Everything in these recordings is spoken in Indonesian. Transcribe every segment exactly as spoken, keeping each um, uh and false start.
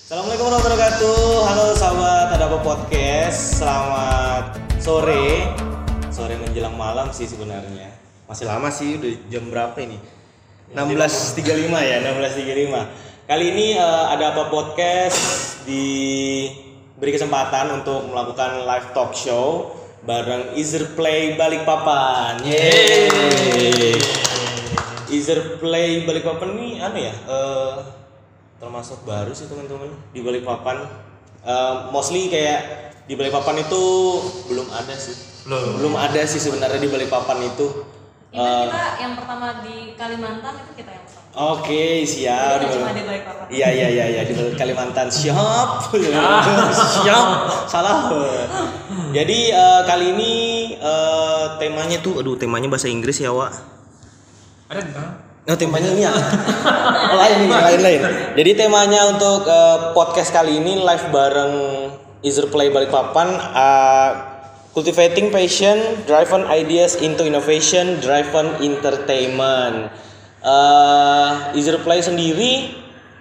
Assalamualaikum warahmatullahi wabarakatuh. Halo sahabat Ada Apa Podcast. Selamat sore. Sore menjelang malam sih sebenarnya. Masih lama sih, udah jam berapa ini? enam belas tiga puluh lima ya, enam belas tiga puluh lima. Kali ini uh, Ada Apa Podcast diberi kesempatan untuk melakukan live talk show bareng Easer Play Balikpapan. Yeay. Easer Play Balikpapan nih anu ya? Uh, termasuk baru sih teman-teman di Balikpapan. Uh, mostly kayak di Balikpapan itu belum ada sih. Belum. Belum ada sih sebenarnya di Balikpapan itu. Itu uh, kita yang pertama di Kalimantan itu kita yang pertama. Oke, okay, siap. Di cuma di Balikpapan. Iya iya iya iya di Kalimantan. Siap. Siap. Salah. Jadi uh, kali ini uh, temanya tuh aduh temanya bahasa Inggris ya, Wak. Ada enggak? Oh, temanya ini ya. lain lain lain. Jadi temanya untuk uh, podcast kali ini live bareng Easer Play Balikpapan, uh, cultivating passion, driven ideas into innovation, driven entertainment. Uh, Easer Play sendiri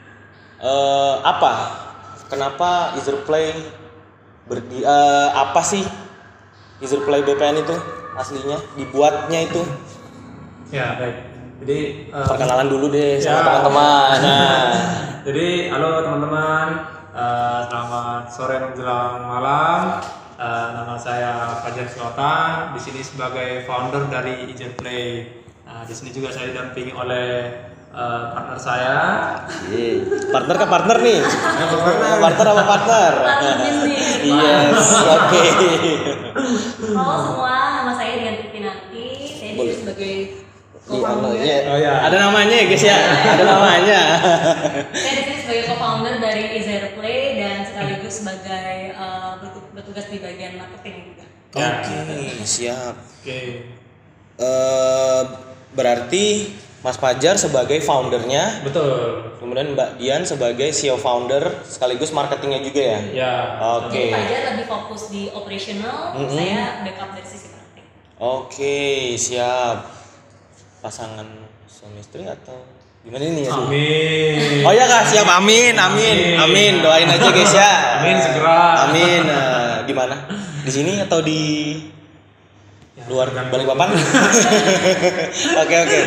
uh, apa? Kenapa Easer Play berdi uh, apa sih Easer Play B P N itu aslinya dibuatnya itu? Ya, baik. Jadi uh, perkenalan dulu deh sama ya. teman-teman. Nah. Jadi halo teman-teman, uh, selamat sore menjelang malam. Uh, nama saya Fajar Sultan. Di sini sebagai founder dari Easer Play. Nah, di sini juga saya didampingi oleh uh, partner saya. Iya. Partner ke partner nih. Partner apa partner? Yes, oke. Okay. Halo semua, nama saya Dian Tivinanti. Saya di sini sebagai co-founder. Iya. Oh ya. Ada namanya ya guys ya. Ada namanya. Saya di sini sebagai co-founder dari Easer Play dan sekaligus sebagai uh, bertugas di bagian marketing juga. Oke, okay, siap. Oke. Okay. Uh, berarti Mas Fajar sebagai foundernya. Betul. Kemudian Mbak Dian sebagai C E O founder sekaligus marketingnya juga ya. Ya. Oke. Okay. Jadi Fajar lebih fokus di operational, mm-hmm. saya backup dari sisi marketing. Oke, okay, siap. Pasangan suami istri atau gimana ini ya? Amin. Oh ya kak, siap, amin, amin, amin, doain aja guys ya. Amin segera. Amin. Nah, di mana? Di sini atau di ya, luar Balikpapan? Oke oke.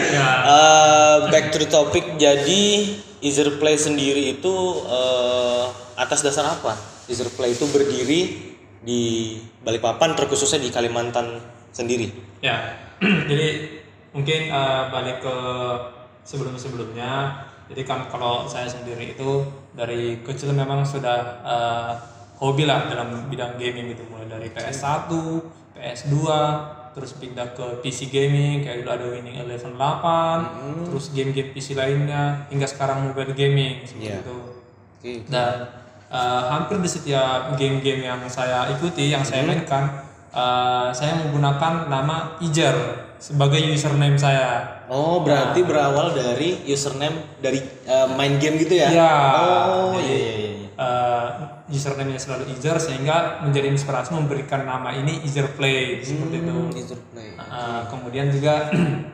Back to the topic. Jadi Easer Play sendiri itu uh, atas dasar apa? Easer Play itu berdiri di Balikpapan, terkhususnya di Kalimantan sendiri. Ya. Jadi mungkin uh, balik ke sebelum-sebelumnya. Jadi kan kalau saya sendiri itu dari kecil memang sudah uh, hobi lah dalam bidang gaming gitu, mulai dari P S satu, P S dua, terus pindah ke P C gaming kayak dulu ada Winning Eleven delapan, mm-hmm. terus game-game P C lainnya hingga sekarang mobile gaming seperti yeah. itu. Okay, okay. Dan uh, hampir di setiap game-game yang saya ikuti, yang saya mm-hmm. mainkan, uh, saya menggunakan nama Easer sebagai username saya. Oh, berarti nah, berawal dari username dari uh, main game gitu ya? Iya. Oh, iya iya iya. Uh, username-nya selalu Easer sehingga menjadi inspirasi memberikan nama ini Easer Play seperti itu. Hmm, Easer Play. Uh, kemudian juga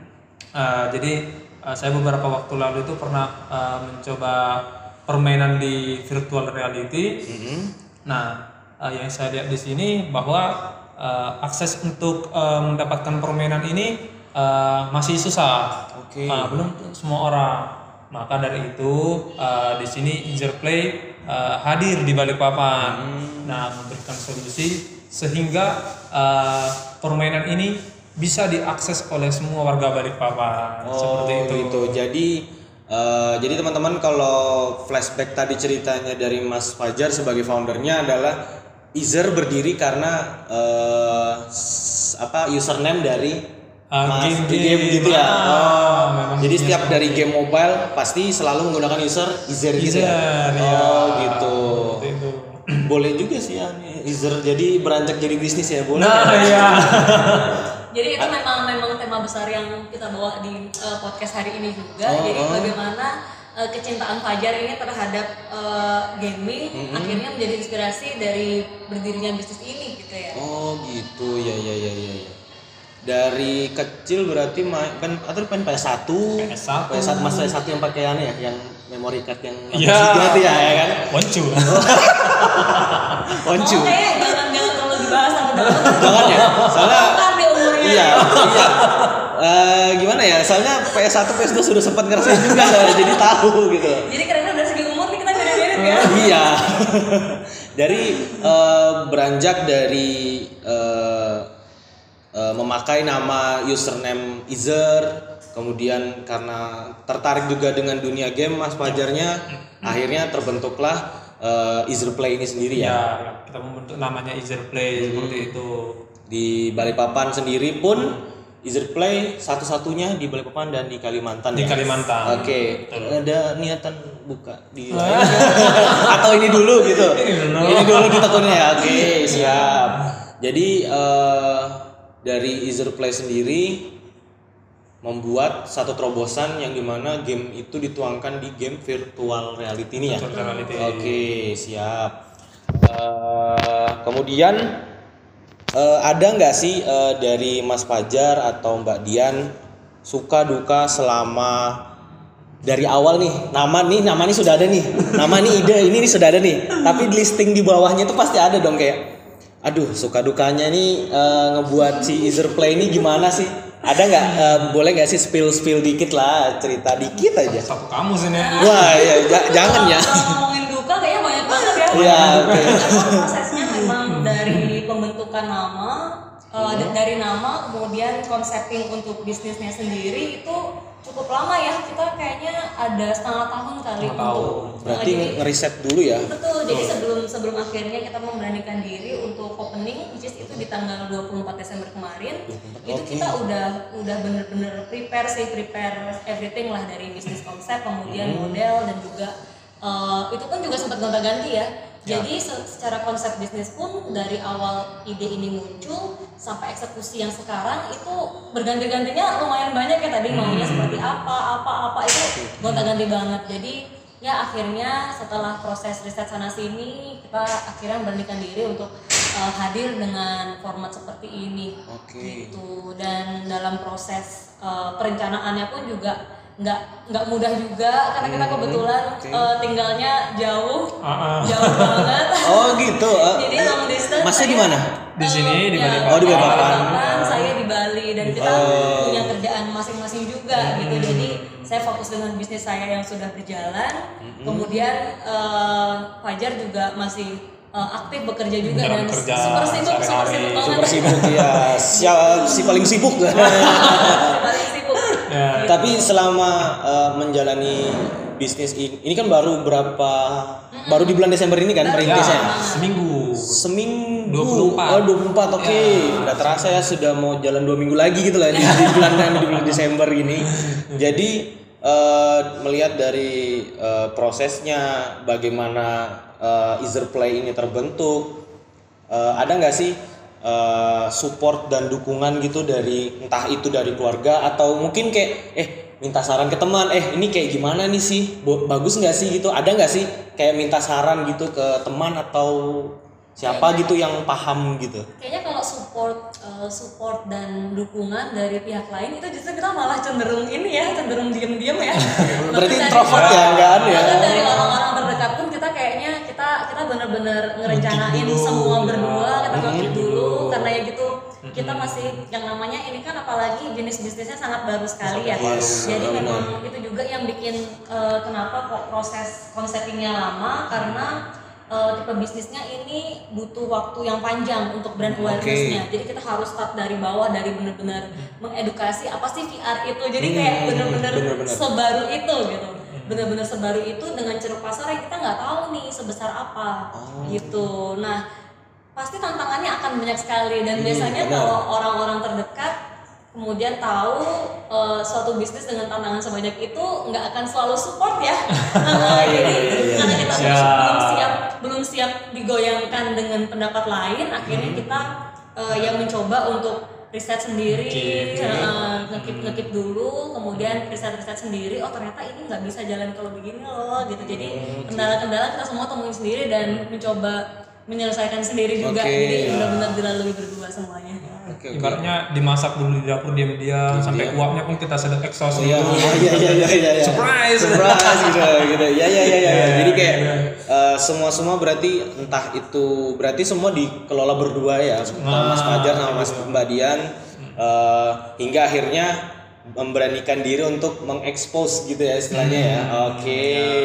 uh, jadi uh, saya beberapa waktu lalu itu pernah uh, mencoba permainan di virtual reality. Mm-hmm. Nah, uh, yang saya lihat di sini bahwa Uh, akses untuk uh, mendapatkan permainan ini uh, masih susah. Oke. Okay. Uh, belum semua orang. Maka dari itu uh, di sini Easer Play uh, hadir di Balikpapan. Hmm. Nah, memberikan solusi sehingga uh, permainan ini bisa diakses oleh semua warga Balikpapan. Oh, seperti itu. Gitu. Jadi uh, jadi teman-teman kalau flashback tadi ceritanya dari Mas Fajar sebagai foundernya adalah Easer berdiri karena uh, apa username dari uh, mas game, game, game gitu ya. Oh, jadi setiap dari game mobile pasti selalu menggunakan user Easer gitu ya. Ya. Oh gitu. Itu. Boleh juga sih ya Easer jadi beranjak jadi bisnis ya boleh. Nah ya. Jadi itu memang memang tema besar yang kita bawa di uh, podcast hari ini juga. Oh, jadi oh. bagaimana Uh, kecintaan Fajar ini terhadap uh, gaming mm-hmm. akhirnya menjadi inspirasi dari berdirinya bisnis ini gitu ya. Oh gitu ya ya ya ya. Dari kecil berarti main kan atau main P S satu, P S satu, P S satu Mas P S satu yang pakai aneh ya, yang memory card yang Iya. gitu ya, ya kan? Woncu. Oncu. Oh, kayak jangan jangan terlalu dibahas sampai dalam. Jangan ya. Soalnya Kan di umurnya. iya, iya. Eh, gimana ya? Soalnya P S satu P S dua sudah sempat ngerasain juga jadi tahu gitu. Jadi karena dari segi umur nih kita beda-beda ya. Iya. Dari eh, beranjak dari eh, eh, memakai nama username Izer, kemudian karena tertarik juga dengan dunia game Mas Fajarnya, akhirnya terbentuklah eh, Izer Play ini sendiri ya. Ya, kita membentuk namanya Easer Play seperti itu. Di Balikpapan sendiri pun Izer Play satu-satunya di Balikpapan dan di Kalimantan Di ya? Kalimantan. Oke, Betul. ada niatan buka di atau ini dulu gitu. Ini dulu ditekunnya ya. Oke, siap. Jadi eh, dari Izer Play sendiri membuat satu terobosan yang dimana game itu dituangkan di game virtual reality ini ya. Virtual reality. Oke, siap. Eh, kemudian eh, ada nggak sih eh, dari Mas Fajar atau Mbak Dian suka duka selama dari awal nih, nama nih nama nih sudah ada nih, nama nih ide ini nih sudah ada nih, tapi di listing di bawahnya itu pasti ada dong kayak, aduh suka dukanya nih eh, ngebuat si Izer Play ini gimana sih? Ada nggak? Eh, boleh nggak sih spill spill dikit lah, cerita dikit aja. Satu kamu sih nih. Wah ya ja- jangan ya. Kalau ngomongin duka kayaknya banyak banget ya. Iya, oke. Karena prosesnya memang dari pembentukan nama, uh, d- dari nama kemudian konsepting untuk bisnisnya sendiri itu cukup lama ya. Kita kayaknya ada setengah tahun kali Setengah tahun. untuk Berarti jadi- ngeriset dulu ya. Betul, jadi sebelum sebelum akhirnya kita memberanikan diri untuk opening, which is itu di tanggal dua puluh empat Desember kemarin, itu Oke. kita udah udah bener-bener prepare sih, prepare everything lah dari bisnis konsep, kemudian model dan juga eh, itu pun juga sempat gonta-ganti ya. Jadi se- secara konsep bisnis pun dari awal ide ini muncul sampai eksekusi yang sekarang itu berganti-gantinya lumayan banyak ya, tadi maunya seperti apa, apa, apa itu gonta-ganti banget. Jadi ya akhirnya setelah proses riset sana sini kita akhirnya memberanikan diri untuk uh, hadir dengan format seperti ini. Oke. Gitu. Dan dalam proses uh, perencanaannya pun juga nggak nggak mudah juga karena kita kebetulan Oke. uh, tinggalnya jauh Ah, ah. jauh banget. Oh gitu. eh. Jadi long distance. Masnya saya- di mana? Di sini, di ya, Balikpapan. Oh, di saya Balikpapan. saya di Bali dan kita Oh. punya kerjaan masing-masing juga gitu. Jadi saya fokus dengan bisnis saya yang sudah berjalan. Kemudian eh, Fajar juga masih eh, aktif bekerja juga Dalam dan kerja super sibuk, super sehari-hari. sibuk banget. Super sibuk ya. Si, si paling sibuk. Paling sibuk. Ya. Tapi selama eh, menjalani bisnis ini, ini kan baru berapa? Baru di bulan Desember ini kan Baru. perintisnya. Ya, seminggu. Seminggu. dua puluh empat. Oh, dua puluh empat. Oke. Udah terasa ya sudah mau jalan dua minggu lagi gitu lah di, di bulan di bulan Desember ini. Jadi eh, melihat dari eh, prosesnya bagaimana eh, Izer Play ini terbentuk, eh, ada nggak sih eh, support dan dukungan gitu dari entah itu dari keluarga atau mungkin kayak eh minta saran ke teman, eh ini kayak gimana nih sih, Bo- bagus nggak sih gitu, ada nggak sih kayak minta saran gitu ke teman atau siapa gitu yang paham gitu. Kayaknya kalau support eh, support dan dukungan dari pihak lain itu justru kita malah cenderung ini ya, cenderung diem-diem ya. Berarti Bahkan dari- introvert ya, nggak ada ya? Bahkan dari orang-orang terdekat pun kita kayaknya kita kita benar-benar ngerencanain dulu, semua ya. berdua, kita Hmm. ngekip dulu dulu. karena ya gitu kita masih yang namanya ini kan apalagi jenis bisnisnya sangat baru sekali ya. Yes, Jadi benar. memang itu juga yang bikin eh, kenapa kok proses konsepnya lama karena eh, tipe bisnisnya ini butuh waktu yang panjang untuk brand awareness-nya. Jadi kita harus start dari bawah, dari benar-benar mengedukasi apa sih V R itu. Jadi kayak benar-benar benar-benar. sebaru itu gitu. Benar-benar sebaru itu dengan ceruk pasar yang kita nggak tahu nih sebesar apa gitu. Nah, pasti tantangannya akan banyak sekali dan biasanya benar. kalau orang-orang terdekat kemudian tahu eh, suatu bisnis dengan tantangan sebanyak itu nggak akan selalu support ya. Jadi karena kita Siap. belum siap belum siap digoyangkan dengan pendapat lain, akhirnya kita eh, yang mencoba untuk riset sendiri, Ngekip. eh, ngekip ngekip dulu, kemudian riset-riset sendiri. Oh ternyata ini nggak bisa jalan kalau begini loh gitu. Jadi kendala-kendala kita semua temuin sendiri dan mencoba menyelesaikan sendiri juga. Oke, Jadi ya. benar-benar dilalui berdua semuanya. Oke, oke. Ibaratnya dimasak dulu di dapur diam-diam sampai uapnya pun kita sedot exhaust Iya, dulu. iya, iya, iya, iya, iya. Surprise. Surprise gitu, gitu. Ya, ya, ya, ya. Iya, Jadi kayak iya. eh, semua-semua berarti entah itu berarti semua dikelola berdua ya, Nah, Mas Fajar sama Mas gitu. Mbak Dian eh, hingga akhirnya memberanikan diri untuk mengekspos gitu ya istilahnya ya. Oke.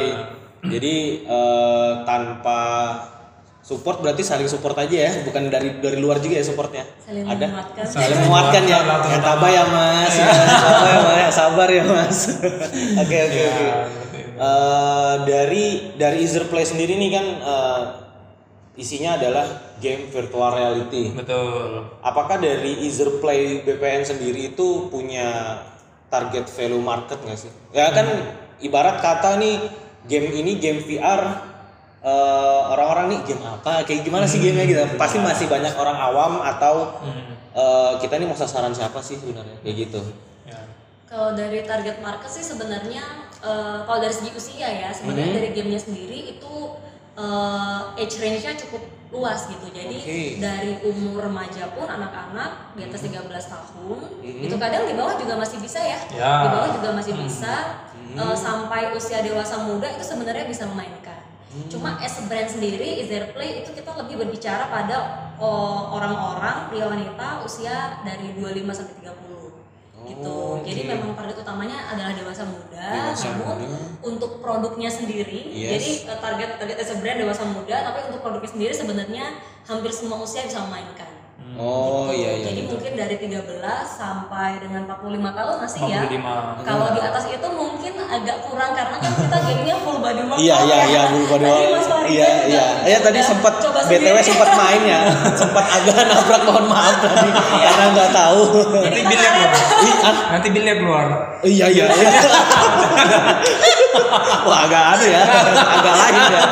Jadi eh, tanpa support berarti saling support aja ya, bukan dari dari luar juga ya supportnya. Saling Ada. menguatkan. Saling menguatkan ya. Saling Ya tabah ya Mas. Ya, sabar ya Mas. Ya, sabar ya Mas. Oke oke Ya, oke. seperti itu. Eh, dari dari Easer Play sendiri nih kan eh, isinya adalah game virtual reality. Betul. Apakah dari Easer Play B P N sendiri itu punya target value market nggak sih? Ya kan ibarat kata nih game ini game V R eh, orang-orang nih game apa? Kayak gimana sih gamenya gitu? Pasti masih banyak orang awam atau Hmm. eh, kita nih mau sasaran siapa sih sebenarnya? Kayak gitu. Ya. Kalau dari target market sih sebenarnya eh, kalau dari segi usia ya sebenarnya Mhm. dari gamenya sendiri itu eh, age range-nya cukup luas gitu. Jadi Oke. dari umur remaja pun anak-anak di atas tiga belas tahun Mhm. itu kadang di bawah juga masih bisa ya. Ya. Di bawah juga masih bisa eh, sampai usia dewasa muda itu sebenarnya bisa memainkan. Cuma as a brand sendiri Easer Play itu kita lebih berbicara pada oh, orang-orang pria wanita usia dari dua puluh lima sampai tiga puluh. Gitu. Oh, Jadi oke. memang target utamanya adalah dewasa muda, Dewasa namun muda. untuk produknya sendiri, Yes. jadi eh, target target as a brand dewasa muda, tapi untuk produknya sendiri sebenarnya hampir semua usia bisa memainkan. Oh Gitu. iya iya. Jadi iya. mungkin dari tiga belas sampai dengan empat puluh lima tahun masih ya. empat puluh lima. Kalau di atas itu mungkin agak kurang karena kan kita gamenya full body workout. Iya iya ya. iya full body Tadi workout. Mas Farida Iya juga iya. Iya tadi udah sempat coba B T W sendiri. sempat main ya. Sempat agak nabrak, mohon maaf tadi karena nggak tahu. Nanti bilnya keluar. Ih, ah, Nanti bilnya keluar. iya iya. iya. Wah agak ada ya, agak lain ya.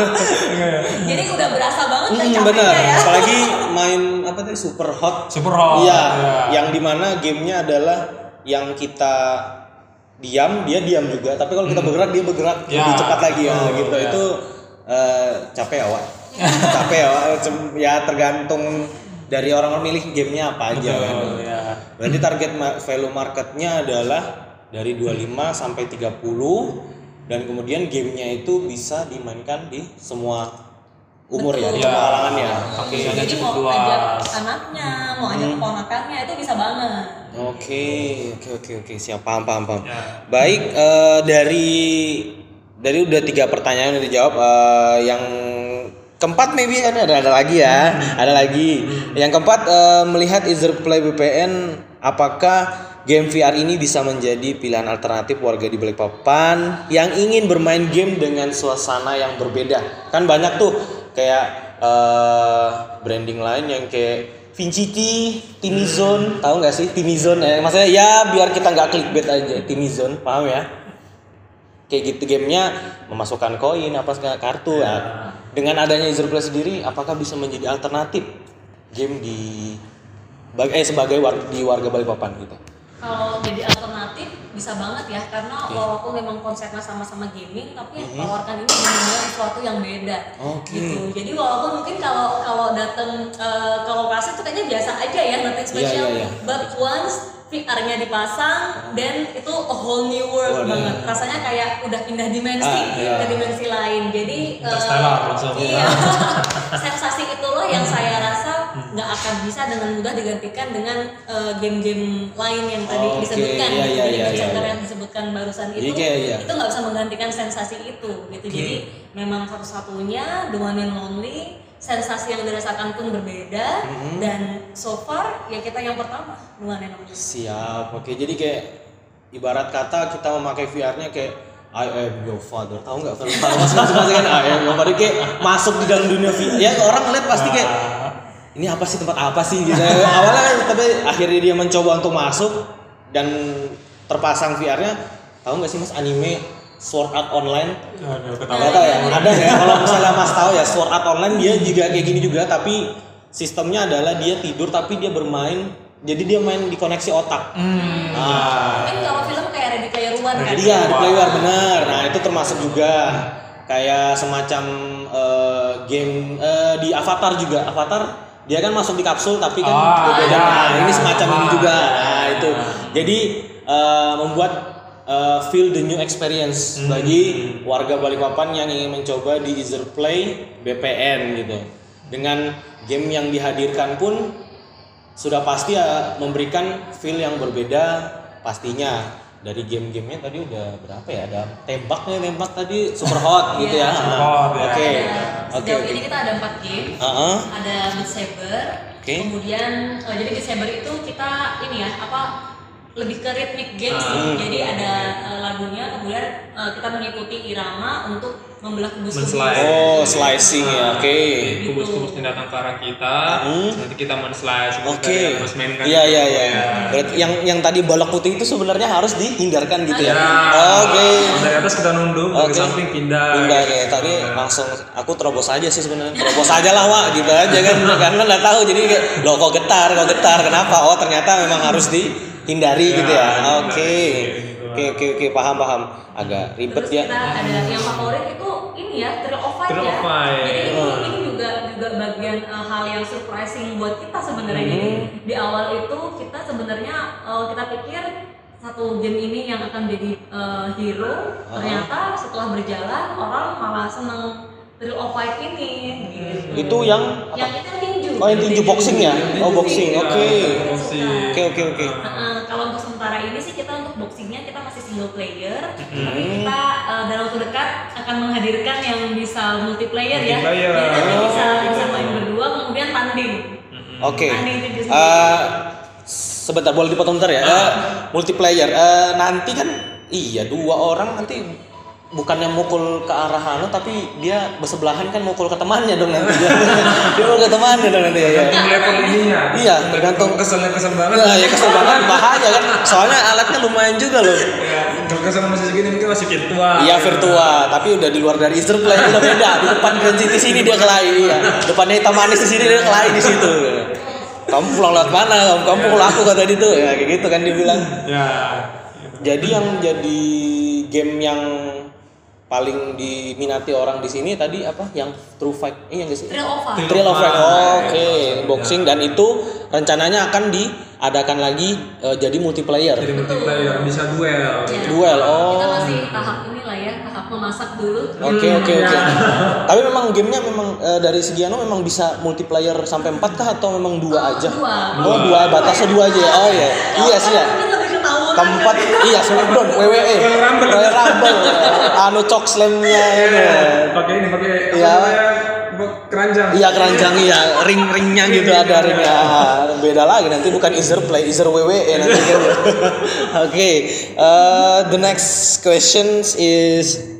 Jadi udah berasa banget kan Hmm, capeknya bener. ya. Apalagi main apa tadi super hot. Super hot. Iya. Ya. Yang dimana gamenya adalah yang kita diam dia diam juga. Tapi kalau kita bergerak dia bergerak Ya, lebih cepat lagi ya betul, gitu. ya. Itu eh, capek ya Wak. Capek ya Wak. Cem- Ya tergantung dari orang milih gamenya apa aja kan. Betul, ya. Berarti target ma- value marketnya adalah dari dua puluh lima sampai tiga puluh dan kemudian gamenya itu bisa dimainkan di semua umur ya, di Betul. semua kalangan ya. Oke. Jadi Jadi mau cukup ajak luas. anaknya, mau ajak keponakannya itu bisa banget. Oke, oke, oke, oke, siap, paham, paham, paham. Ya. Baik, eh, dari dari udah tiga pertanyaan udah dijawab. Eh, yang keempat maybe kan ada ada lagi ya, ada lagi. Yang keempat eh, melihat Easer Play B P N, apakah game V R ini bisa menjadi pilihan alternatif warga di Balikpapan yang ingin bermain game dengan suasana yang berbeda? Kan banyak tuh kayak eh, branding lain yang kayak Vinciti, Timizone, tahu nggak sih Timizone? Eh, maksudnya ya biar kita nggak clickbait aja, Timizone, paham ya? Kayak gitu gamenya memasukkan koin apa segala kartu ya. Dengan adanya Easer Play sendiri, apakah bisa menjadi alternatif game di bag- eh sebagai war- di warga Balikpapan gitu? Kalau jadi alternatif bisa banget ya karena walaupun memang konsepnya sama-sama gaming tapi yang tawarkan ini benar-benar sesuatu yang beda Oke. gitu. Jadi walaupun mungkin kalau kalau datang eh, ke lokasi itu kayaknya biasa aja ya, nothing special. iya, iya. But once V R-nya dipasang, dan itu a whole new world Oh, banget. iya. Rasanya kayak udah pindah dimensi Ah, iya. ke dimensi lain. Jadi eh, Interstellar langsung. Iya. Sensasi itulah yang saya rasa nggak akan bisa dengan mudah digantikan dengan eh, game-game lain yang tadi Oke, disebutkan. iya, gitu. iya, Jadi iya, game center iya. yang disebutkan barusan Jadi itu, kayak, iya. itu nggak bisa menggantikan sensasi itu. Gitu. Oke. Jadi memang satu-satunya the one and only. Sensasi yang dirasakan pun berbeda Mhm. dan so far ya kita yang pertama the one and only. Siap, oke. Jadi kayak ibarat kata kita memakai V R-nya kayak I am your father, tahu nggak? Kalau masuk masuk masuk kan I am your father kayak masuk di dalam dunia V R. Ya orang ngeliat pasti kayak ini apa sih, tempat apa sih gitu. Awalnya tapi akhirnya dia mencoba untuk masuk dan terpasang V R-nya. Tahu nggak sih Mas anime Sword Art Online? Aduh, Nggak ketawa. tahu ya, ada ya. Kalau misalnya Mas tahu ya Sword Art Online dia juga kayak gini juga, tapi sistemnya adalah dia tidur tapi dia bermain, jadi dia main di koneksi otak. Hmm. Nah, Mungkin kalau film kayak Ready Player One kan. iya di player bener. Nah itu termasuk juga kayak semacam eh, game uh, di Avatar juga. Avatar dia kan masuk di kapsul tapi kan oh, berbeda. Ya, nah, ya, ini semacam ya, ini juga. ya, Nah, ya, itu. ya. Jadi uh, membuat uh, feel the new experience hmm. bagi warga Balikpapan yang ingin mencoba di Ezerplay B P N gitu. Dengan game yang dihadirkan pun sudah pasti ya memberikan feel yang berbeda pastinya. Dari game-gamenya tadi udah berapa ya? Ada tembaknya, tembak tadi super hot gitu ya. Super hot, ya. Oke. Oke. Sejauh ini kita ada empat game. Uh-huh. Ada Beat Saber. Okay. Kemudian uh, jadi Beat Saber itu kita ini ya apa lebih ke rhythmic games Hmm. sih. Jadi ada uh, lagunya, kemudian uh, kita mengikuti irama untuk membelah kubus-kubus. Men-slice. Oh, slicing ya. Oke. Okay. Kubus-kubusnya datang ke arah kita, Hmm. nanti kita men-slice. Oke. Okay. Harus mainkan. Iya iya iya. Berarti yang yang tadi balok putih itu sebenarnya harus dihindarkan gitu ya. Ya. Oke. Okay. Dari atas kita nunduk, Oke. dari samping pindah. Pindah ya. Tadi langsung aku terobos aja sih sebenarnya. Terobos aja lah, Wak, gitu aja kan. Karena enggak tahu jadi kayak loh kok getar, kok getar. Kenapa? Oh, ternyata memang harus dihindari Ya, gitu ya. dihindari, Oke. gitu. Oke oke oke paham paham. Agak ribet Terus ya. kita ada yang favorit itu ini ya Thrill of Fight Thrill ya. of Fight. Jadi ini, Hmm. ini juga juga bagian uh, hal yang surprising buat kita sebenarnya. Hmm. Jadi di awal itu kita sebenarnya uh, kita pikir satu game ini yang akan jadi uh, hero. Uh-huh. Ternyata setelah berjalan orang malah seneng Thrill of Fight ini. Gitu. Itu yang apa? Yang itu yang tinju. Oh, yang tinju boxing ya? Oh, boxing. Oke. Boxing. Oke oke oke. Uh, kalau untuk sementara ini sih kita untuk boxingnya kita masih single player, Hmm. tapi kita uh, dalam waktu dekat akan menghadirkan yang bisa multiplayer, ya. Multiplayer. Jadi nanti Oh. bisa bisa main berdua kemudian tanding. Oke. Tanding tinju sendiri. Eh, sebentar boleh dipotong bentar ya. Eh, multiplayer. Eh, nanti kan iya dua orang nanti bukannya mukul ke arah anu tapi dia bersebelahan kan mukul ke temannya dong nanti. Dia mukul ke temannya dong nanti ya. Tergantung level ininya. Iya, tergantung keselnya kesel banget. Nah, ya kesel banget bahaya kan. Soalnya alatnya lumayan juga loh. Ya, kalau kesel masih segini mungkin masih virtual. Iya virtual, tapi udah di luar dari Ezerplay udah beda. Di depan Grand City sini dia kelahi, iya. Depannya hitam manis di sini dia kelahi di situ. Kamu pulang lewat mana? Kamu kamu pukul aku kata itu ya kayak gitu kan dibilang. Ya. Jadi yang jadi game yang paling diminati orang di sini tadi apa? Yang True Fight. Eh yang sih? Thrill of Fight. Thrill of Fight. Oh, Oke, okay. Ya. Boxing dan itu rencananya akan diadakan lagi uh, jadi multiplayer. Jadi multiplayer bisa duel. Ya. Duel, oh. Kita masih tahap inilah ya, tahap memasak dulu. Oke oke Hmm, oke. ya. Tapi memang gamenya memang uh, dari segi anu memang bisa multiplayer sampai empat kah atau memang dua Oh, aja? dua. Oh dua, batasnya dua aja ya. Oh iya. Iya sih ya. Mungkin lebih ketahuan. Keempat iya Smackdown W W E. Royal Rumble. Royal Rumble. Anu chok slamnya ini. Pakai ini pakai apa Iya. namanya? Keranjang. Iya keranjang iya, ring-ringnya gitu ada ringnya. Beda lagi nanti bukan Ezerplay, Ezer W W E nanti kan. Oke, uh, the next questions is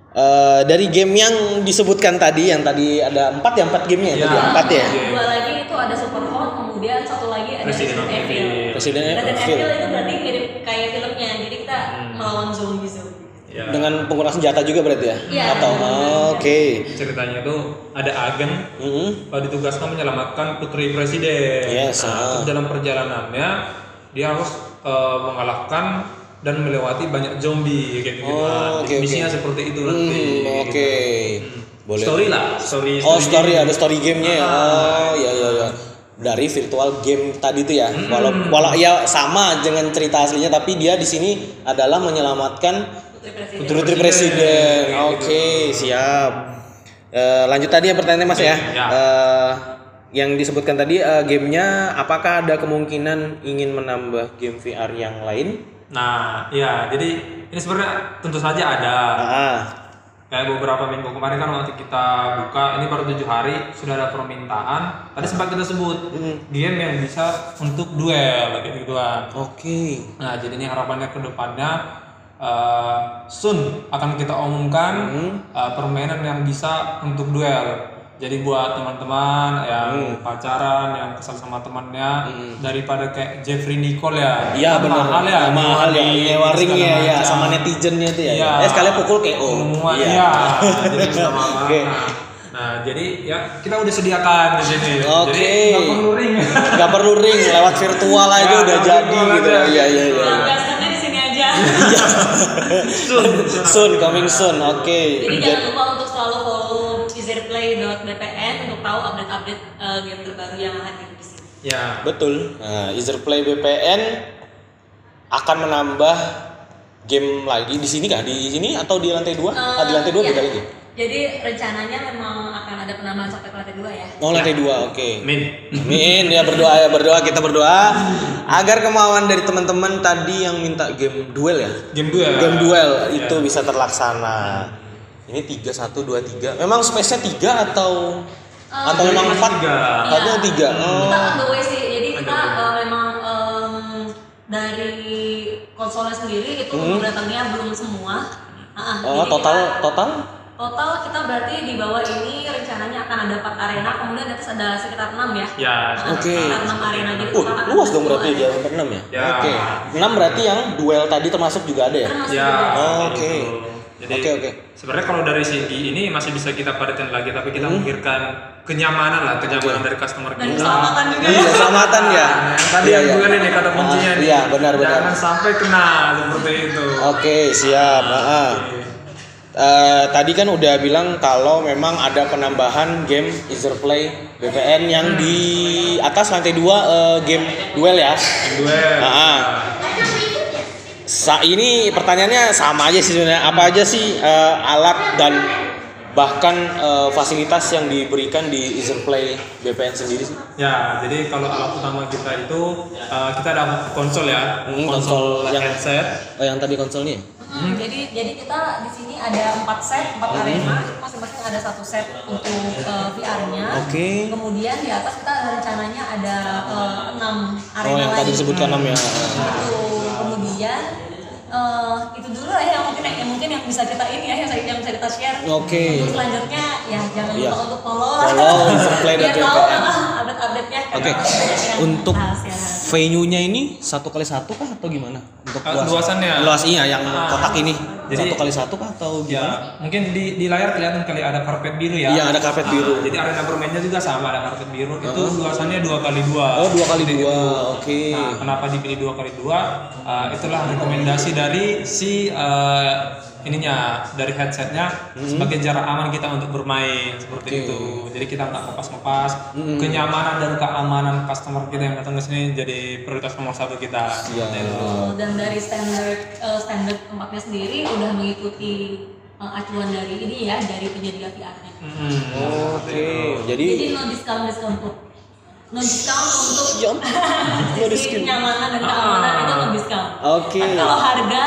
uh, dari game yang disebutkan tadi, yang tadi ada empat ya empat gamenya Ya. tadi empat ya. Dua lagi itu ada Super Hot, kemudian satu lagi ada Resident Resident Evil. Evil. Resident Resident Evil. Evil itu berarti mirip kayak filmnya, jadi kita melawan zombie-zombie. Ya. Dengan penggunaan senjata juga berarti ya? Iya, Atau dengan oh, oke. Ceritanya tuh ada agen Mhm. uh, ditugaskan menyelamatkan putri presiden. Yes, Nah, ah. terus dalam perjalanannya dia harus uh, mengalahkan dan melewati banyak zombie kayak gitu. Oh, Nah, oke, misinya oke. seperti itu Hmm, nanti. oke. gitu. Boleh. Story lah, story. Oh story game. ada story gamenya ya. Oh iya iya iya. Dari virtual game tadi tuh ya. Walau walau ya sama dengan cerita aslinya tapi dia di sini adalah menyelamatkan Putri Presiden. Putri Presiden. Oke, siap. Eh, lanjut tadi ya pertanyaan Mas ya. Ya. Eh, yang disebutkan tadi eh, gamenya apakah ada kemungkinan ingin menambah game V R yang lain? Nah, ya, jadi ini sebenarnya tentu saja ada. Ah, Kayak beberapa minggu kemarin kan waktu kita buka, ini baru tujuh hari sudah ada permintaan. Tadi sempat kita sebut Hmm. game yang bisa untuk duel kayak gituan. oke. Nah, jadi ini harapannya ke depannya uh, soon akan kita umumkan Hmm. uh, permainan yang bisa untuk duel. Jadi buat teman-teman yang Hmm. pacaran, yang kesal sama temannya, Hmm. daripada kayak Jeffrey Nicole ya, Iya kan benar. mahal ya, mahal ya. ring, Nyewa segala ringnya ya macam. sama netizennya itu ya. Iya. Eh sekalian pukul K O. Semua iya. Jadi bisa mahal. Oke. Nah, nah, jadi ya kita udah sediakan di sini. Oke. Jadi nggak perlu ring. Gak perlu ring, lewat virtual aja Ya, udah lewat jadi virtual gitu. aja. Iya iya iya. Nah, gasnya di sini aja. Soon. Soon coming soon. Oke. Jadi jangan lupa untuk selalu follow Ezerplay B P N untuk tahu update-update uh, game terbaru yang hadir di sini. Ya. Betul. Nah, Easerplay B P N akan menambah game lagi di sini kah? Di sini atau di lantai dua? Uh, ah, di lantai dua iya. beda lagi. Jadi rencananya memang akan ada penambahan sampai ke lantai dua ya. Oh, lantai dua, oke. Okay. Min. Amin, ya berdoa ya berdoa kita berdoa agar kemauan dari teman-teman tadi yang minta game duel ya. Game duel. Game duel ya. itu bisa terlaksana. Ini tiga satu dua tiga. Memang space-nya tiga atau Uh, atau memang empat? tiga. Atau tiga. Oh. Kita on the way sih. Jadi kita uh, memang um, dari konsolnya sendiri itu Hmm. datangnya belum semua. Uh, Oh, jadi total kita- total? Total kita berarti di bawah ini rencananya akan ada empat arena, kemudian di atas ada sekitar enam ya. Ya. Nah, Oke. Sekitar enam arena jadi Uh, total ada luas dong sepuluh berarti arena. dia sampai enam ya? Ya. Oke. enam berarti yang duel tadi termasuk juga ada ya? Termasuk Ya. juga. Oh, kayak oke. gitu. Jadi Oke, oke. sebenarnya kalau dari segi ini masih bisa kita padatkan lagi, tapi kita Hmm. memikirkan kenyamanan lah, kenyamanan Oke. dari customer Dan kita. keselamatan juga. Iya, keselamatan ya. Nah, yang tadi Iya, yang iya. duel ini kata kuncinya Ah, nih. iya, benar, benar. Jangan sampai kena seperti itu. Oke, siap. Nah, Ah. oke. Eh, tadi kan udah bilang kalau memang ada penambahan game Easerplay B P N yang di atas lantai dua eh, game duel ya. Duel. Ah. Sa ini pertanyaannya sama aja sih sebenarnya. Apa aja sih eh, alat dan bahkan eh, fasilitas yang diberikan di Easerplay B P N sendiri sih? Ya, jadi kalau alat utama kita itu uh, kita ada konsol ya, Hmm, konsol, konsol yang- headset. Oh, yang tadi konsolnya? Hmm, jadi jadi kita di sini ada empat set, empat arena, itu masing-masing ada satu set untuk uh, V R-nya. Oke. Kemudian di atas kita rencananya ada uh, enam arena Oh, yang tadi lagi. disebutkan enam ya. Itu kemudian uh, itu dulu lah ya yang mungkin yang mungkin yang bisa kita ini ya yang, saya- yang bisa kita share. Oke. Untuk selanjutnya ya jangan Iya. lupa untuk follow. Follow Easerplay Biar dan tahu B P N. uh, update-update-nya. Oke. Karena banyak yang Untuk rahasia-rahasia. venue-nya ini satu kali satu kah atau gimana? Untuk Eh, luasannya? Luas iya yang Ah. kotak ini. Jadi- satu kali satu kah atau gimana? Ya, mungkin di, di layar kelihatan kali ada karpet biru ya. Iya, ada karpet Ah, biru. jadi arena bermainnya juga sama, ada karpet biru. Itu Uh-huh. luasannya dua kali dua. Oh, dua kali dua. Oke. Nah, kenapa dipilih dua kali dua? Uh, itulah rekomendasi dari si uh, ininya, dari headsetnya sebagai jarak aman kita untuk bermain seperti Oke. itu. Jadi kita nggak ngepas-ngepas. Hmm. Kenyamanan dan keamanan customer kita yang datang ke sini jadi prioritas nomor satu kita. Iya. Seperti itu. Uh, dan dari standar uh, standar tempatnya sendiri udah mengikuti uh, acuan dari ini ya dari penyedia V R-nya. Hmm, Oke. Jadi Jadi no discount discount pun. No discount untuk Siap. No sisi discount. kenyamanan dan keamanan itu no discount. Oke. Tapi kalau harga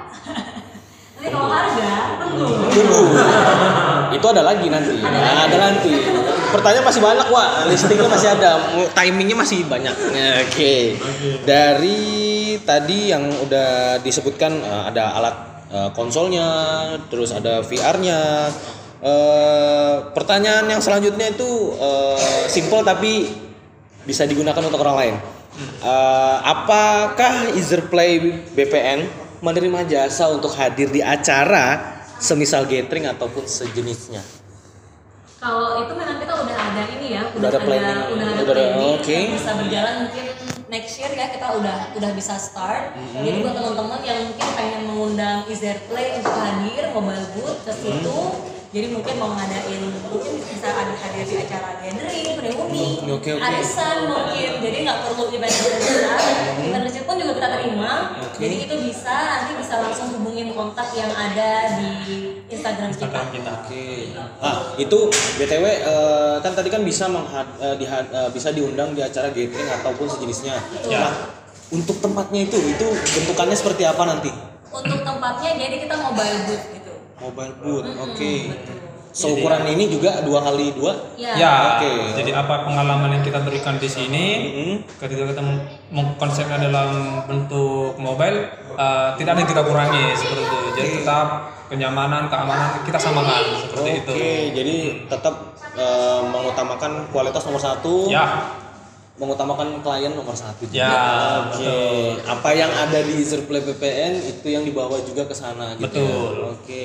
tapi kalau harga tunggu. tunggu. Itu ada lagi nanti. Nah, ada nanti. Pertanyaan masih banyak, Wak. Listingnya masih ada. Timingnya masih banyak. Oke. Dari tadi yang udah disebutkan eh, ada alat eh, konsolnya, terus ada V R-nya. Eh, pertanyaan yang selanjutnya itu eh, simple tapi bisa digunakan untuk orang lain. Eh, apakah Easerplay B P N menerima jasa untuk hadir di acara semisal gathering ataupun sejenisnya? Kalau itu memang kita udah ada ini ya, Udah ada planning. udah ada Udah ada, planning oke. yang bisa berjalan mungkin next year ya kita udah udah bisa start. Mm-hmm. Jadi buat teman-teman yang mungkin pengen mengundang Easerplay untuk hadir mobile booth ke situ, Mm-hmm. jadi mungkin mau ngadain mungkin bisa ada hadir di acara gathering, reuni, Mm, oke, oke. arisan mungkin. Jadi nggak perlu event besar, event kecil pun juga kita terima. Oke. Jadi itu bisa nanti bisa langsung hubungin kontak yang ada di Instagram kita. Instagram kita. Oke. Ah, itu B T W eh, kan tadi kan bisa menghad, eh, dihad- eh, bisa diundang di acara gathering ataupun sejenisnya. Ya. Nah, untuk tempatnya itu itu bentukannya seperti apa nanti? Untuk tempatnya jadi kita mobile booth gitu. Mobile booth. Oke. Betul. Seukuran ini juga dua kali dua. Ya. Ya, Oke. jadi apa pengalaman yang kita berikan di sini Mm-hmm. ketika kita meng- konsepnya dalam bentuk mobile, uh, tidak ada yang kita kurangi seperti itu. Jadi tetap kenyamanan, keamanan kita samakan seperti Oke, itu. jadi tetap eh, mengutamakan kualitas nomor satu. Ya, Mengutamakan klien nomor satu. juga. Ya, Oke. betul. Apa yang ada di Easerplay B P N itu yang dibawa juga ke sana gitu. Betul. Ya? Oke.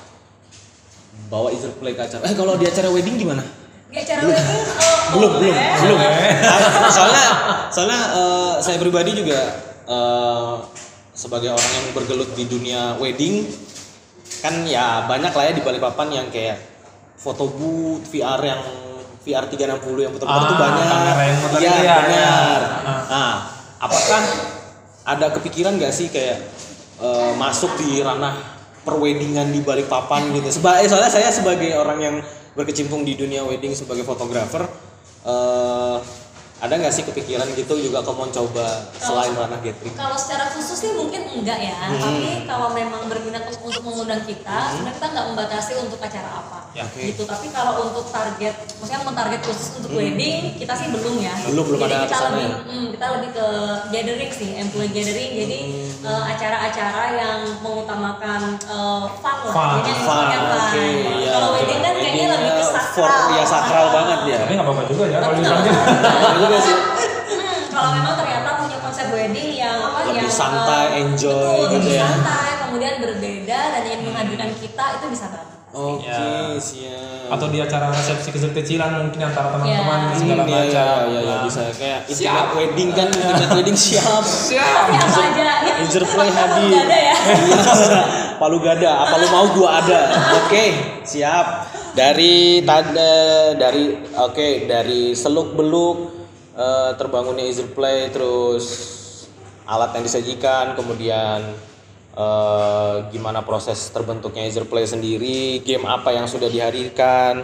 Bawa Easerplay ke acara. Eh kalau di acara wedding gimana? Di acara wedding oh, Belum, belum, boleh. belum. Ah, soalnya soalnya eh, saya pribadi juga eh, sebagai orang yang bergelut di dunia wedding kan ya banyak lah ya di Balikpapan yang kayak foto booth V R yang V R tiga enam puluh yang putar-putar Ah, tuh banyak. kamera yang muter Iya, itu ya, benar. ya. Nah, apakah ada kepikiran nggak sih kayak eh, masuk di ranah perweddingan di Balikpapan gitu? Seba- eh, soalnya saya sebagai orang yang berkecimpung di dunia wedding sebagai fotografer, eh, ada nggak sih kepikiran gitu juga kamu mau coba selain ranah gathering? Kalau secara khusus sih mungkin enggak ya, Hmm. tapi kalau memang berminat untuk mengundang kita, sebenarnya kita nggak membatasi untuk acara apa, Ya, oke. gitu. Tapi kalau untuk target, maksudnya mentarget khusus untuk wedding, kita sih belum ya. Belum, belum jadi ada kita kesana lebih, ya? hmm, kita lebih ke gathering sih, employee gathering. Jadi eh, acara-acara yang mengutamakan eh, fun lah, Fun, jadi yang fun, sifatnya fun. oke, iya. Kalau wedding kan kayaknya Weddingnya lebih ke for- sakral. ya sakral banget ya. Tapi nggak apa-apa juga ya kalau Tapi dibilang nggak gitu. Nah, juga sih. Hmm, kalau memang ternyata punya konsep wedding yang apa Lebih yang santai, eh, enjoy betul, gitu lebih ya. santai, kemudian berbeda dan ingin menghadirkan kita itu bisa banget. Oke, Ya. siap. Atau di acara resepsi kecil-kecilan mungkin antara teman-teman Ya. segala Hmm, macam. iya, iya, iya, iya, Nah, bisa kayak Siap. intimate wedding kan, intimate wedding siap. Siap. Tapi apa aja yang User play apa hadir. nggak ada ya. Palu gada, apa lu mau gua ada. Oke, siap. Dari tanda dari oke, dari seluk beluk eh, terbangunnya user play, terus alat yang disajikan, kemudian eh, gimana proses terbentuknya user play sendiri, game apa yang sudah dihadirkan.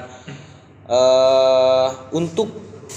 Eh, untuk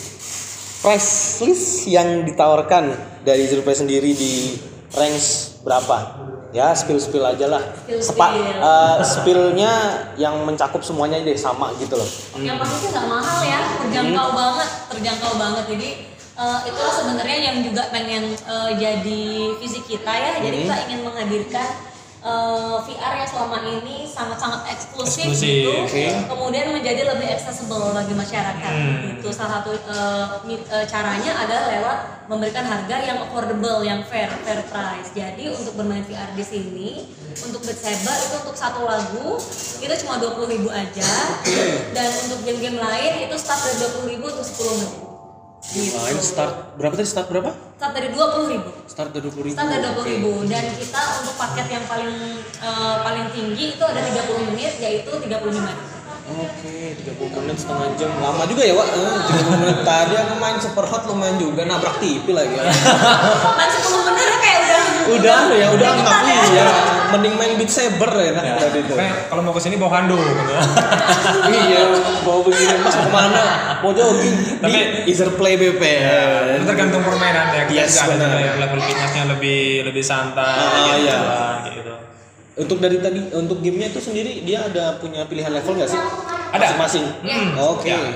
price list yang ditawarkan dari user play sendiri di range berapa? Ya spill-spill aja lah. Spill-spill. Sepa, eh, spillnya yang mencakup semuanya deh sama gitu loh. Yang pasti sih nggak mahal ya, terjangkau Hmm. banget, terjangkau banget. Jadi eh, itulah sebenarnya yang juga pengen eh, jadi visi kita ya. Jadi Hmm. kita ingin menghadirkan eh, V R yang selama ini sangat-sangat eksklusif, Eksklusif, gitu, oke. kemudian menjadi lebih accessible bagi masyarakat. Hmm. Itu salah satu eh, mi- eh, caranya adalah lewat memberikan harga yang affordable, yang fair, fair price. Jadi untuk bermain V R di sini, untuk Beat Saber itu untuk satu lagu itu cuma dua puluh ribu aja, dan untuk game-game lain itu start dari dua puluh ribu untuk sepuluh menit. Gitu. Main start berapa tadi start berapa? Start dari dua puluh ribu. Start dari dua puluh ribu. Start dari dua puluh ribu, dan kita untuk paket yang paling eh, paling tinggi itu ada tiga puluh menit, yaitu tiga puluh lima ribu. Oke, tiga puluh menit setengah jam. Lama juga ya, Wak. Eh, tiga puluh menit tadi aku main super hot lumayan juga, nabrak T V lagi. Main sepuluh menit kayak udah Udah ya, udah anggap ikutan iya. Mending main Beat Saber ya kan Ya. tadi itu. Kayak kalau mau kesini bawa handuk gitu. Iya, bawa begini Mas mau kemana? Mau jogging di Tapi- Easer Play B P. Itu tergantung permainan ya. Kita Yes, juga ada benar. juga yang level fitnessnya lebih lebih santai. Ah, gitu, iya. lah, gitu. Untuk dari tadi untuk gamenya itu sendiri dia ada punya pilihan level nggak sih? Ada. Masing-masing. Hmm. Oke. Ya.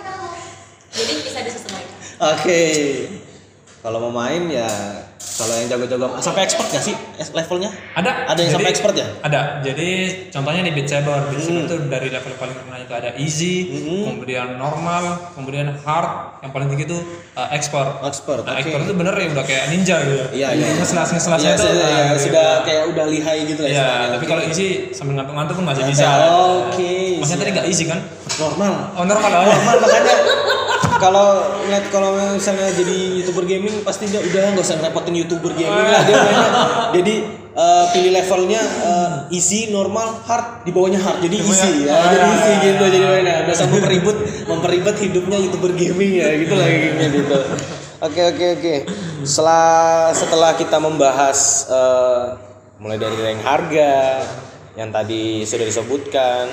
jadi bisa disesuaikan. Oke. Kalau mau main ya kalau yang jago-jago sampai expert nggak sih levelnya? Ada. Ada yang sampai expert ya? Ada. Jadi contohnya di Beat Saber, Beat Saber Hmm. itu dari level paling rendah itu ada easy, Hmm. kemudian normal, kemudian hard, yang paling tinggi itu uh, expert. Expert. Nah, Oke. expert itu bener ya udah kayak ninja gitu. Iya, iya. Ngeselas ngeselas Iya, itu. sudah, nah, ya, gitu. sudah kayak udah lihai gitu lah Iya, istilahnya. tapi kalau easy sambil ngantuk-ngantuk pun masih Oke, bisa. oke, Maksudnya tadi siap. nggak easy kan? normal. Oh normal lah. Normal makanya kalau ngeliat kalau misalnya jadi youtuber gaming pasti dia udah nggak usah ngerepotin youtuber gaming lah dia mainnya. Jadi eh, pilih levelnya eh, easy, normal, hard, di bawahnya hard jadi Di bawahnya- easy ya, Ah. jadi easy gitu jadi mainnya. Udah sama memperibet memperibet hidupnya youtuber gaming ya gitu lah kayaknya gitu. Oke oke oke. Setelah setelah kita membahas eh, mulai dari rank harga yang tadi sudah disebutkan,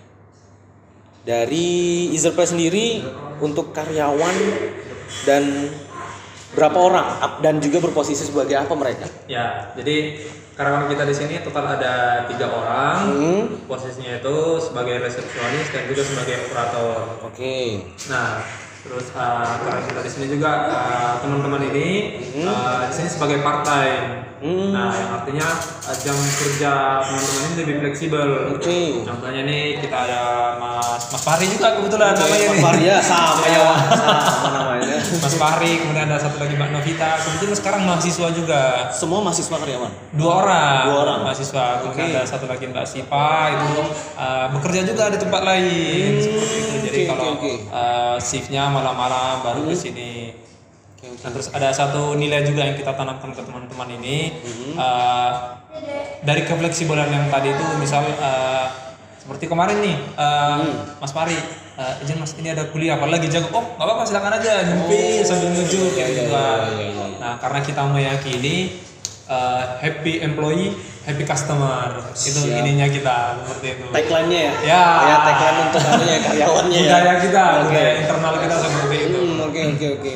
dari Easerplay sendiri untuk karyawan dan berapa orang dan juga berposisi sebagai apa mereka? Ya, jadi karyawan kita di sini total ada tiga orang. Hmm. Posisinya itu sebagai resepsionis dan juga sebagai operator. Oke. Nah, terus uh, karyawan kita di sini juga uh, teman-teman ini uh, di sini sebagai part time. Hmm. Nah, yang artinya uh, jam kerja teman-teman ini lebih fleksibel. Oke. Contohnya nih kita ada Mas Mas Fahri juga kebetulan namanya Pak nih. Faria sama ya Wak. Sama namanya. Mas Fahri, kemudian ada satu lagi Mbak Novita. Kebetulan sekarang mahasiswa juga. Semua mahasiswa karyawan. Dua orang, Dua orang. mahasiswa. Kemudian Oke. ada satu lagi Mbak Sipa itu uh, bekerja juga di tempat lain seperti itu. Jadi oke, kalau oke, oke. uh, shiftnya malam-malam baru ke sini. Nah, terus ada satu nilai juga yang kita tanamkan ke teman-teman ini uh, dari kefleksibelan yang tadi itu, misal uh, seperti kemarin nih uh, hmm. Mas Pari uh, izin Mas ini ada kuliah apa lagi jago, oh nggak apa-apa silakan aja nyumpin sambil nunjuk kayak gitu kan. Nah karena kita meyakini uh, happy employee happy customer. Itu Siap. ininya kita seperti itu. Tagline-nya ya. Ya, ya tagline untuk anunya karyawannya ya. Budaya kita, okay. budaya internal kita seperti itu. Oke oke oke.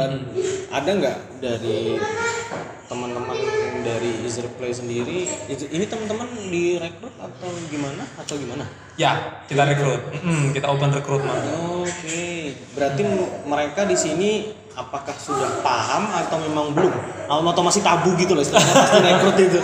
Ada nggak dari teman-teman dari Easerplay sendiri, ini teman-teman direkrut atau gimana atau gimana? Ya, kita rekrut. Mm, kita open recruitment. Oke, okay. Berarti hmm. mereka di sini apakah sudah paham atau memang belum? Atau masih tabu gitu loh istilahnya pasti rekrut itu?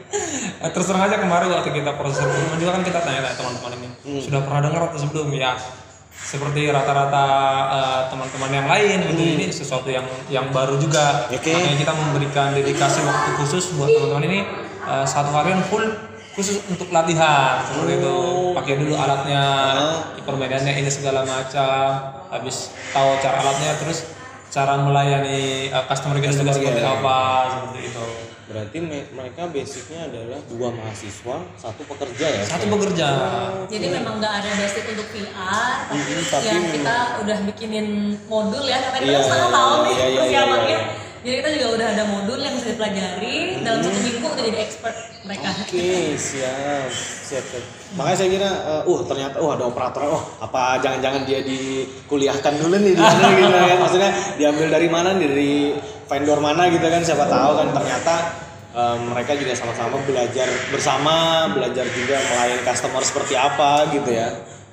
Terus terang aja kemarin waktu kita proses rekrutmen juga kan kita tanya-tanya teman-teman ini hmm. sudah pernah dengar atau sebelum ya? Seperti rata-rata uh, teman-teman yang lain gitu hmm. ini sesuatu yang yang baru juga. Okay. Makanya kita memberikan dedikasi waktu khusus buat teman-teman ini uh, satu harian full khusus untuk latihan seperti oh. itu. Pakai dulu alatnya, uh. permainannya ini segala macam. Habis tahu cara alatnya, terus cara melayani uh, customer kita juga seperti ya. apa seperti itu. Berarti me- mereka basicnya adalah dua mahasiswa, satu pekerja ya? Satu pekerja. Oh, jadi okay. memang nggak ada basic untuk V R, tapi, mm-hmm, tapi yang kita udah bikinin modul ya, karena kita yeah, setengah tahun nih yeah, yeah, persiapannya. Yeah, yeah. Jadi kita juga udah ada modul yang bisa dipelajari, mm-hmm. dalam satu minggu udah jadi expert mereka. Oke, okay, siap. siap. siap. Makanya saya kira, uh, uh ternyata, oh ada operator, oh apa jangan-jangan dia dikuliahkan dulu nih, di mana gitu ya. Maksudnya diambil dari mana, dari vendor mana gitu kan, siapa tahu kan ternyata um, mereka juga sama-sama belajar bersama, belajar juga melayani customer seperti apa gitu ya.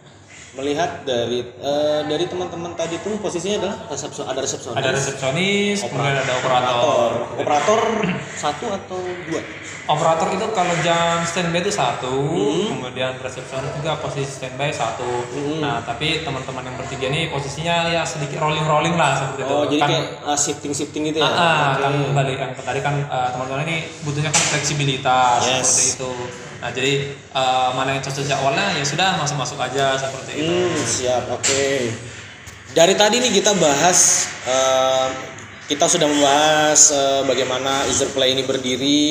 Melihat dari uh, dari teman-teman tadi tuh posisinya adalah resepsi, ada resepsionis, ada resepsionis, kemudian ada operator. Operator, operator satu atau dua? Operator itu kalau jam standby itu satu, hmm. kemudian resepsionis juga posisi standby satu. Hmm. Nah, tapi teman-teman yang bertiga ini posisinya ya sedikit rolling-rolling lah seperti itu. Oh, jadi kan, kayak uh, shifting-shifting gitu ya? Ah, okay. Kan kembali yang tadi kan uh, teman-teman ini butuhnya kan fleksibilitas yes. seperti itu. Nah, jadi uh, mana yang cocok awalnya ya sudah masuk-masuk aja seperti itu. Hmm, siap, oke. Okay. Dari tadi nih kita bahas, uh, kita sudah membahas uh, bagaimana Easerplay ini berdiri.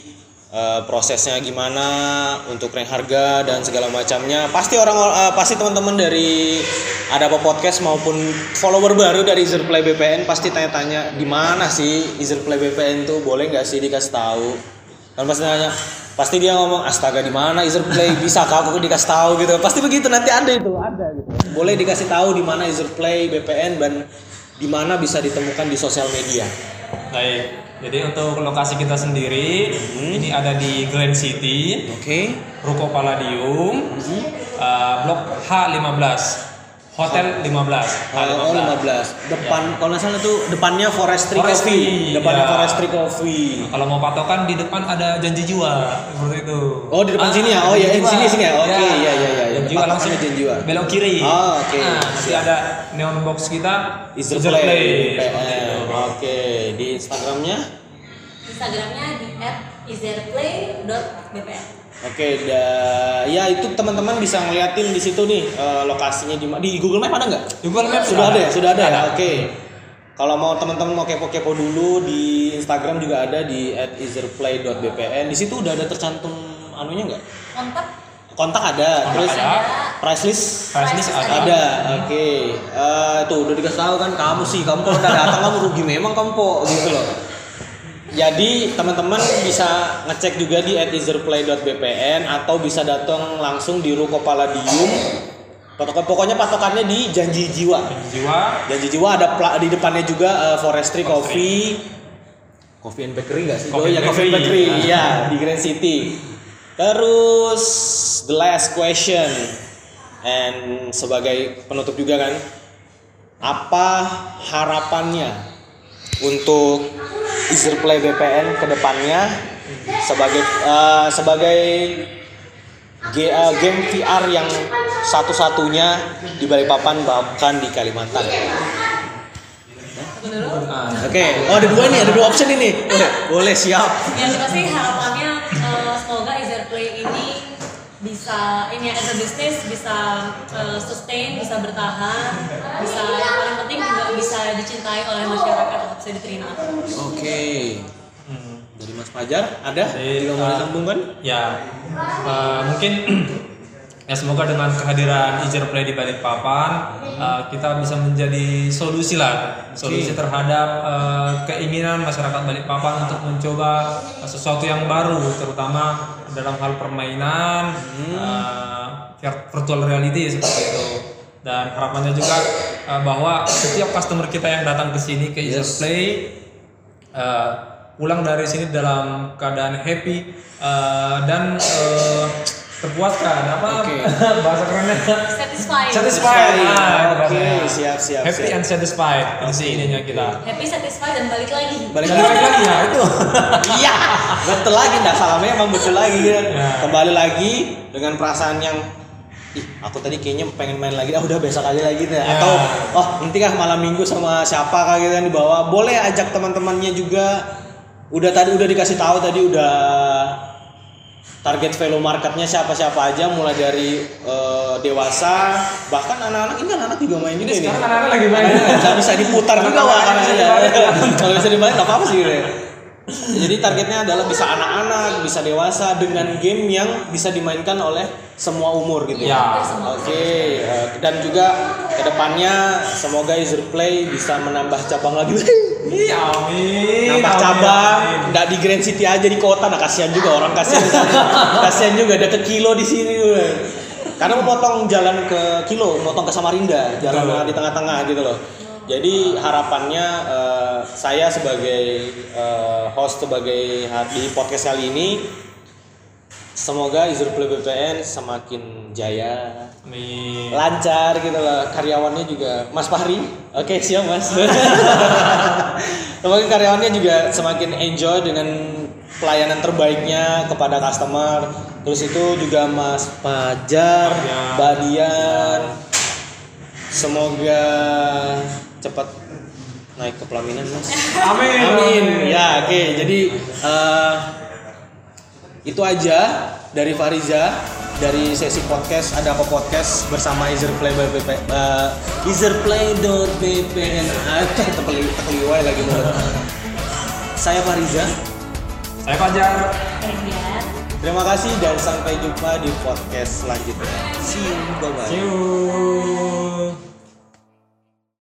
Uh, prosesnya gimana untuk rank harga dan segala macamnya. Pasti orang uh, pasti teman-teman dari Ada Apa Podcast maupun follower baru dari Easerplay B P N pasti tanya-tanya di mana sih Easerplay B P N tuh, boleh nggak sih dikasih tahu? Kan pasti nanya, pasti dia ngomong astaga di mana Easerplay, bisa kau aku dikasih tahu gitu. Pasti begitu, nanti ada itu, ada gitu. Boleh dikasih tahu di mana Easerplay B P N dan di mana bisa ditemukan di sosial media. Baik. Jadi untuk lokasi kita sendiri hmm. ini ada di Grand City, oke, okay. Ruko Palladium, hmm. uh, Blok H lima belas, Hotel lima belas. Oh, lima belas. Depan ya. Kalau nggak salah tuh depannya Forestry, Forestry Coffee. Depannya ya. Forestry Coffee. Kalau mau patokan di depan ada Janji Jiwa seperti itu. Oh, di depan ah, sini ya. Oh iya, di sini sini ya. Oke, okay. ya. iya iya iya. Janji Jiwa langsung Janji Jiwa. Belok kiri. Oh, oke. Okay. Nah, nanti ada neon box kita Easerplay. Oke, di Instagramnya? Instagramnya di et easerplay dot b p n. Oke, da, ya itu teman-teman bisa ngeliatin di situ nih uh, lokasinya di di Google Map ada nggak? Google Map sudah ada ya, sudah ada ya. Oke. Kalau mau teman-teman mau kepo-kepo dulu di Instagram juga ada di et easerplay dot b p n. Di situ udah ada tercantum anunya nggak? Kontak. Kontak ada, Kontak terus ada. price list, price list ada. ada. Oke, okay. uh, tuh udah dikasih tahu kan, kamu sih, kamu kalau udah datang kamu rugi memang kamu po gitu loh. Jadi teman-teman bisa ngecek juga di et easerplay dot b p n atau bisa datang langsung di Ruko Palladium. Pokoknya patokannya di Janji Jiwa. Janji Jiwa. Janji Jiwa ada pla- di depannya juga uh, Forestry Coffee. Coffee and Bakery nggak sih? Coffee oh ya Coffee and Bakery, nah. ya di Grand City. Terus the last question, and sebagai penutup juga kan, apa harapannya untuk Easerplay B P N ke depannya sebagai uh, sebagai G, uh, game V R yang satu-satunya di Balikpapan bahkan di Kalimantan. Oke, okay. Oh ada dua nih, ada dua option ini. Boleh, boleh siap. Ya kita sih harapannya uh, semoga Easerplay ini bisa ini ya, as a business bisa uh, sustain, bisa bertahan, bisa yang paling penting juga bisa dicintai oleh masyarakat atau bisa diterima. Oke. Okay. Hmm. Dari Mas Fajar ada? Jadi, juga mau disambungkan? Ya, uh, mungkin Ya semoga dengan kehadiran Ezerplay di Balikpapan uh, kita bisa menjadi solusi lah, solusi Okay. terhadap uh, keinginan masyarakat Balikpapan untuk mencoba sesuatu yang baru, terutama dalam hal permainan, Hmm. uh, virtual reality seperti itu. Dan harapannya juga uh, bahwa setiap customer kita yang datang ke sini ke Yes. Ezerplay uh, pulang dari sini dalam keadaan happy uh, dan uh, terpuaskan apa Oke. bahasa kerennya Satisfied. satisfied. Nah, Oke, bahasanya. siap, siap, Happy siap. and satisfied. Itu sih ininya kita. Happy, satisfied dan balik lagi. Balik Balik lagi. lagi ya itu. Iya, betul lagi, nggak salahnya emang betul lagi kan. Ya. Kembali lagi dengan perasaan yang, ih, aku tadi kayaknya pengen main lagi, ah udah besok kali lagi deh. Ya. Atau, oh nanti kah malam minggu sama siapa kah gitu kan dibawa. Boleh ajak teman-temannya juga. Udah tadi udah dikasih tahu tadi udah target value marketnya siapa-siapa aja, mulai dari eh, dewasa, bahkan anak-anak ini kan anak juga main juga Ini ini. sekarang anak-anak lagi main. Bisa bisa diputar juga wah karena Bisa ya. dibalik ya. Kalau bisa dibalik nggak apa-apa sih gitu ya. Jadi targetnya adalah bisa anak-anak, bisa dewasa dengan game yang bisa dimainkan oleh semua umur gitu Ya. Oke, eh, dan juga kedepannya semoga Ezerplay bisa menambah cabang lagi. Iya, amin. Nambah amin, cabang, amin. nggak di Grand City aja di kota, nah kasihan juga orang kasihan di sana. Kasihan juga ada ke Kilo di sini juga. Karena mau potong jalan ke Kilo, potong ke Samarinda, jalan Betul. di tengah-tengah gitu loh. Jadi harapannya eh, saya sebagai eh, host sebagai di podcast kali ini, semoga Ezerplay B P N semakin jaya, Amin. lancar gitu loh. Karyawannya juga Mas Fahri, oke siap Mas. Semoga karyawannya juga semakin enjoy dengan pelayanan terbaiknya kepada customer. Terus itu juga Mas Fajar, Fajar. Mbak Dian, semoga cepat naik ke pelaminan Mas. Amin. Amin. Ya, oke. Jadi eh, itu aja dari Fariza dari sesi podcast Ada Apa Podcast bersama Ezerplay B P uh, Ezerplay.bpn. Ah, terpeli terkeliwai lagi mulut. Saya Fariza. Saya Fajar. Kemudian Terima kasih dan sampai jumpa di podcast selanjutnya. See you. Bye bye. See you.